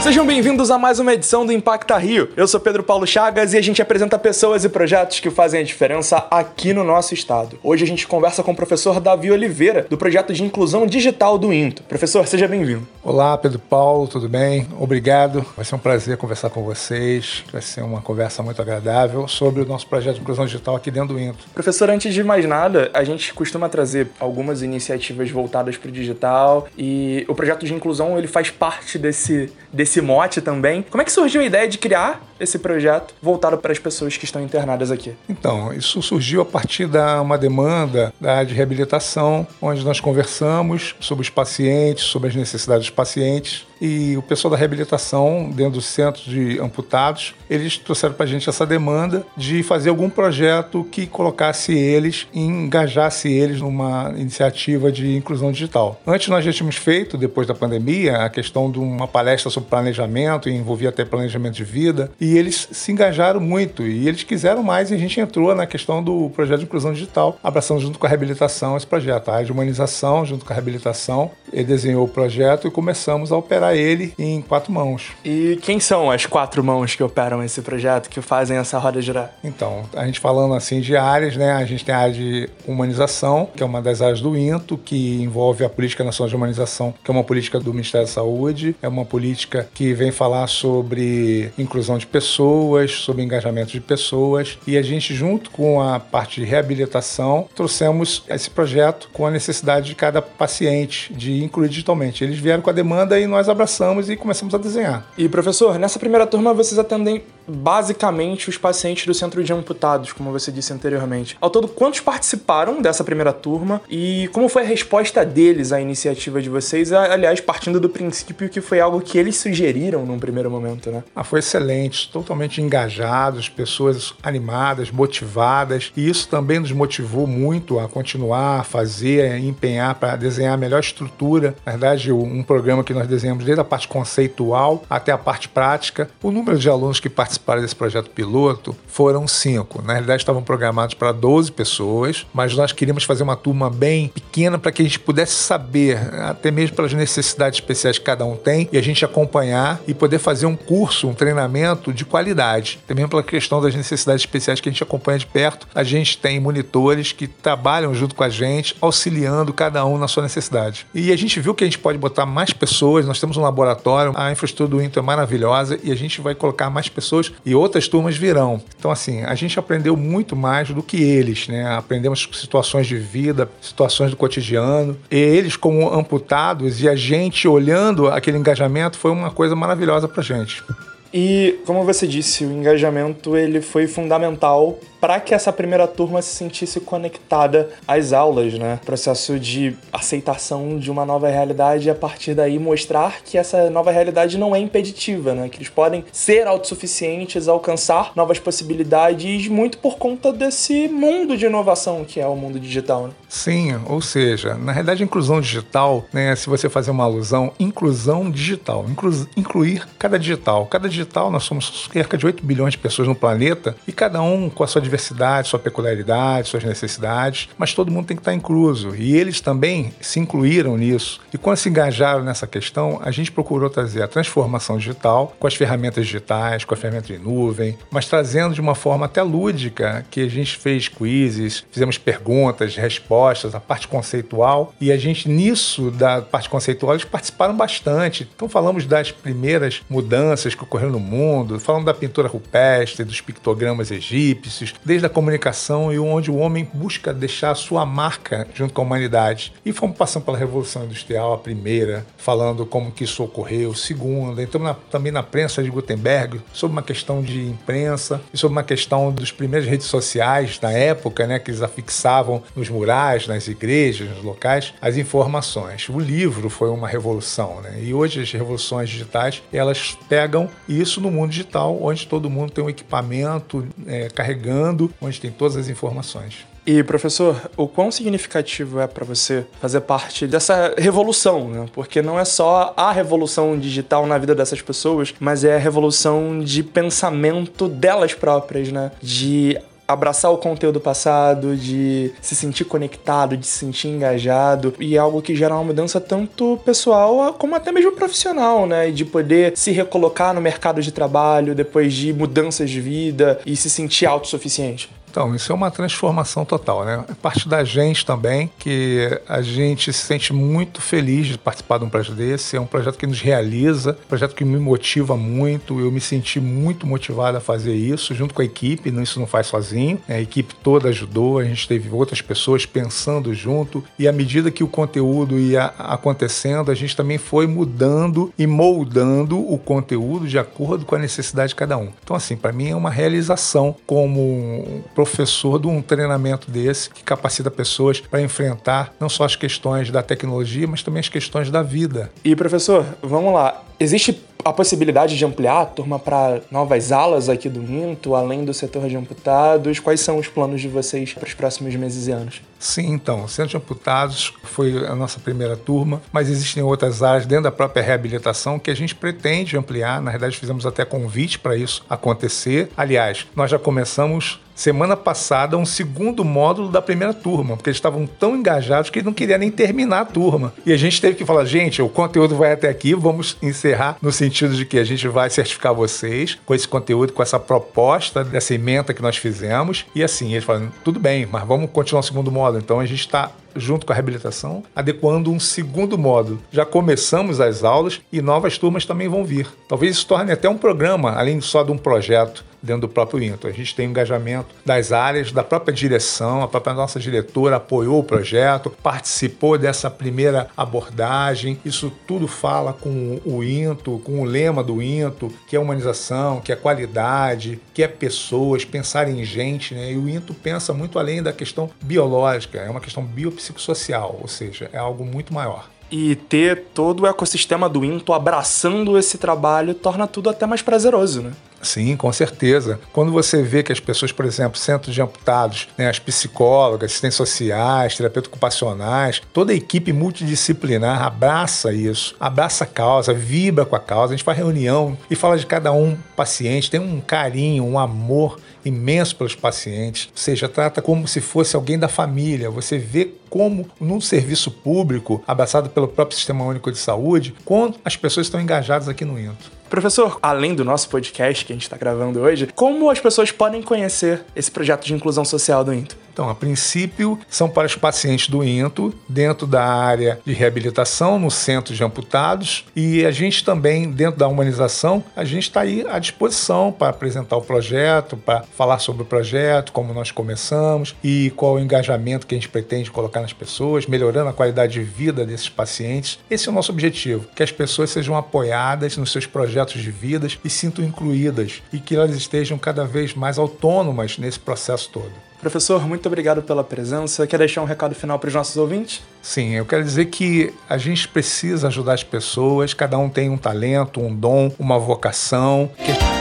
Sejam bem-vindos a mais uma edição do Impacta Rio. Eu sou Pedro Paulo Chagas e a gente apresenta pessoas e projetos que fazem a diferença aqui no nosso estado. Hoje a gente conversa com o professor Davi Oliveira, do projeto de inclusão digital do INTO. Professor, seja bem-vindo. Olá, Pedro Paulo, tudo bem? Obrigado. Vai ser um prazer conversar com vocês. Vai ser uma conversa muito agradável sobre o nosso projeto de inclusão digital aqui dentro do INTO. Professor, antes de mais nada, a gente costuma trazer algumas iniciativas voltadas para o digital e o projeto de inclusão ele faz parte desse mote também. Como é que surgiu a ideia de criar esse projeto voltado para as pessoas que estão internadas aqui? Então, isso surgiu a partir de uma demanda da área de reabilitação, onde nós conversamos sobre os pacientes, sobre as necessidades dos pacientes, e o pessoal da reabilitação, dentro do centro de amputados, eles trouxeram para a gente essa demanda de fazer algum projeto que colocasse eles e engajasse eles numa iniciativa de inclusão digital. Antes nós já tínhamos feito, depois da pandemia, a questão de uma palestra sobre planejamento, e envolvia até planejamento de vida, e eles se engajaram muito, e eles quiseram mais, e a gente entrou na questão do projeto de inclusão digital, abraçando junto com a reabilitação esse projeto. A área de humanização, junto com a reabilitação, ele desenhou o projeto e começamos a operar ele em 4 mãos. E quem são as 4 mãos que operam esse projeto, que fazem essa roda girar? Então, a gente falando assim de áreas, né? A gente tem a área de humanização, que é uma das áreas do INTO, que envolve a Política Nacional de Humanização, que é uma política do Ministério da Saúde, é uma política que vem falar sobre inclusão de pessoas, sobre engajamento de pessoas, e a gente, junto com a parte de reabilitação, trouxemos esse projeto com a necessidade de cada paciente de incluir digitalmente. Eles vieram com a demanda e nós abraçamos e começamos a desenhar. E, professor, nessa primeira turma vocês atendem basicamente os pacientes do Centro de Amputados, como você disse anteriormente. Ao todo, quantos participaram dessa primeira turma e como foi a resposta deles à iniciativa de vocês? Aliás, partindo do princípio que foi algo que eles sugeriram num primeiro momento, né? Foi excelente, totalmente engajados, pessoas animadas, motivadas, e isso também nos motivou muito a continuar, a fazer, a empenhar para desenhar a melhor estrutura. Na verdade, um programa que nós desenhamos desde a parte conceitual até a parte prática. O número de alunos que participaram desse projeto piloto foram 5. Na realidade, estavam programados para 12 pessoas, mas nós queríamos fazer uma turma bem pequena para que a gente pudesse saber, até mesmo pelas necessidades especiais que cada um tem, e a gente acompanhar e poder fazer um curso, um treinamento de qualidade. Também pela questão das necessidades especiais que a gente acompanha de perto, a gente tem monitores que trabalham junto com a gente, auxiliando cada um na sua necessidade. E a gente viu que a gente pode botar mais pessoas, nós temos um laboratório, a infraestrutura do INTO é maravilhosa e a gente vai colocar mais pessoas e outras turmas virão. Então, assim, a gente aprendeu muito mais do que eles, né? Aprendemos situações de vida, situações do cotidiano, e eles como amputados e a gente olhando aquele engajamento foi uma coisa maravilhosa pra gente. E, como você disse, o engajamento ele foi fundamental para que essa primeira turma se sentisse conectada às aulas, né? Processo de aceitação de uma nova realidade e a partir daí mostrar que essa nova realidade não é impeditiva, né? Que eles podem ser autossuficientes, alcançar novas possibilidades muito por conta desse mundo de inovação que é o mundo digital, né? Sim, ou seja, na realidade a inclusão digital, né, se você fazer uma alusão, inclusão digital, incluir cada digital. Cada digital, nós somos cerca de 8 bilhões de pessoas no planeta e cada um com a sua diversidade, sua peculiaridade, suas necessidades, mas todo mundo tem que estar incluso. E eles também se incluíram nisso. E quando se engajaram nessa questão, a gente procurou trazer a transformação digital com as ferramentas digitais, com a ferramenta de nuvem, mas trazendo de uma forma até lúdica, que a gente fez quizzes, fizemos perguntas, respostas, a parte conceitual, e a gente, nisso da parte conceitual, eles participaram bastante. Então falamos das primeiras mudanças que ocorreram no mundo, falamos da pintura rupestre, dos pictogramas egípcios, desde a comunicação e onde o homem busca deixar a sua marca junto com a humanidade. E fomos passando pela Revolução Industrial, a primeira, falando como que isso ocorreu, segunda, entramos também na prensa de Gutenberg, sobre uma questão de imprensa e sobre uma questão dos primeiras redes sociais na época, né, que eles afixavam nos murais, nas igrejas, nos locais, as informações. O livro foi uma revolução, né? E hoje as revoluções digitais, elas pegam isso no mundo digital, onde todo mundo tem um equipamento carregando, onde tem todas as informações. E, professor, o quão significativo é para você fazer parte dessa revolução, né? Porque não é só a revolução digital na vida dessas pessoas, mas é a revolução de pensamento delas próprias, né? De abraçar o conteúdo passado, de se sentir conectado, de se sentir engajado, e é algo que gera uma mudança tanto pessoal como até mesmo profissional, né? E de poder se recolocar no mercado de trabalho depois de mudanças de vida e se sentir autossuficiente. Então, isso é uma transformação total, né? É parte da gente também, que a gente se sente muito feliz de participar de um projeto desse. É um projeto que nos realiza, um projeto que me motiva muito. Eu me senti muito motivado a fazer isso, junto com a equipe. Isso não faz sozinho. A equipe toda ajudou, a gente teve outras pessoas pensando junto. E à medida que o conteúdo ia acontecendo, a gente também foi mudando e moldando o conteúdo de acordo com a necessidade de cada um. Então, assim, para mim é uma realização como professor de um treinamento desse que capacita pessoas para enfrentar não só as questões da tecnologia, mas também as questões da vida. E professor, vamos lá, existe a possibilidade de ampliar a turma para novas alas aqui do INTO, além do setor de amputados? Quais são os planos de vocês para os próximos meses e anos? Sim, então, o Centro de Amputados foi a nossa primeira turma, mas existem outras áreas dentro da própria reabilitação que a gente pretende ampliar. Na verdade, fizemos até convite para isso acontecer. Aliás, nós já começamos semana passada um segundo módulo da primeira turma, porque eles estavam tão engajados que eles não queriam nem terminar a turma. E a gente teve que falar, gente, o conteúdo vai até aqui, vamos encerrar no sentido de que a gente vai certificar vocês com esse conteúdo, com essa proposta dessa ementa que nós fizemos. E assim, eles falaram, tudo bem, mas vamos continuar o segundo módulo. Então a gente está junto com a reabilitação, adequando um segundo módulo. Já começamos as aulas e novas turmas também vão vir. Talvez isso torne até um programa, além só de um projeto dentro do próprio INTO. A gente tem um engajamento das áreas, da própria direção, a própria nossa diretora apoiou o projeto, participou dessa primeira abordagem. Isso tudo fala com o INTO, com o lema do INTO, que é humanização, que é qualidade, que é pessoas, pensar em gente, né? E o INTO pensa muito além da questão biológica, é uma questão biopsicossocial, ou seja, é algo muito maior. E ter todo o ecossistema do INTO abraçando esse trabalho torna tudo até mais prazeroso, né? Sim, com certeza. Quando você vê que as pessoas, por exemplo, centros de amputados, né, as psicólogas, assistentes sociais, terapeutas ocupacionais, toda a equipe multidisciplinar abraça isso, abraça a causa, vibra com a causa. A gente faz reunião e fala de cada paciente, tem um carinho, um amor imenso pelos pacientes, ou seja, trata como se fosse alguém da família. Você vê como, num serviço público, abraçado pelo próprio Sistema Único de Saúde, quanto as pessoas estão engajadas aqui no INTO. Professor, além do nosso podcast que a gente está gravando hoje, como as pessoas podem conhecer esse projeto de inclusão social do INTO? Então, a princípio, são para os pacientes do INTO, dentro da área de reabilitação, no centro de amputados, e a gente também, dentro da humanização, a gente está aí à disposição para apresentar o projeto, para falar sobre o projeto, como nós começamos e qual o engajamento que a gente pretende colocar nas pessoas, melhorando a qualidade de vida desses pacientes. Esse é o nosso objetivo, que as pessoas sejam apoiadas nos seus projetos de vida e se sintam incluídas e que elas estejam cada vez mais autônomas nesse processo todo. Professor, muito obrigado pela presença. Quer deixar um recado final para os nossos ouvintes? Sim, eu quero dizer que a gente precisa ajudar as pessoas, cada um tem um talento, um dom, uma vocação.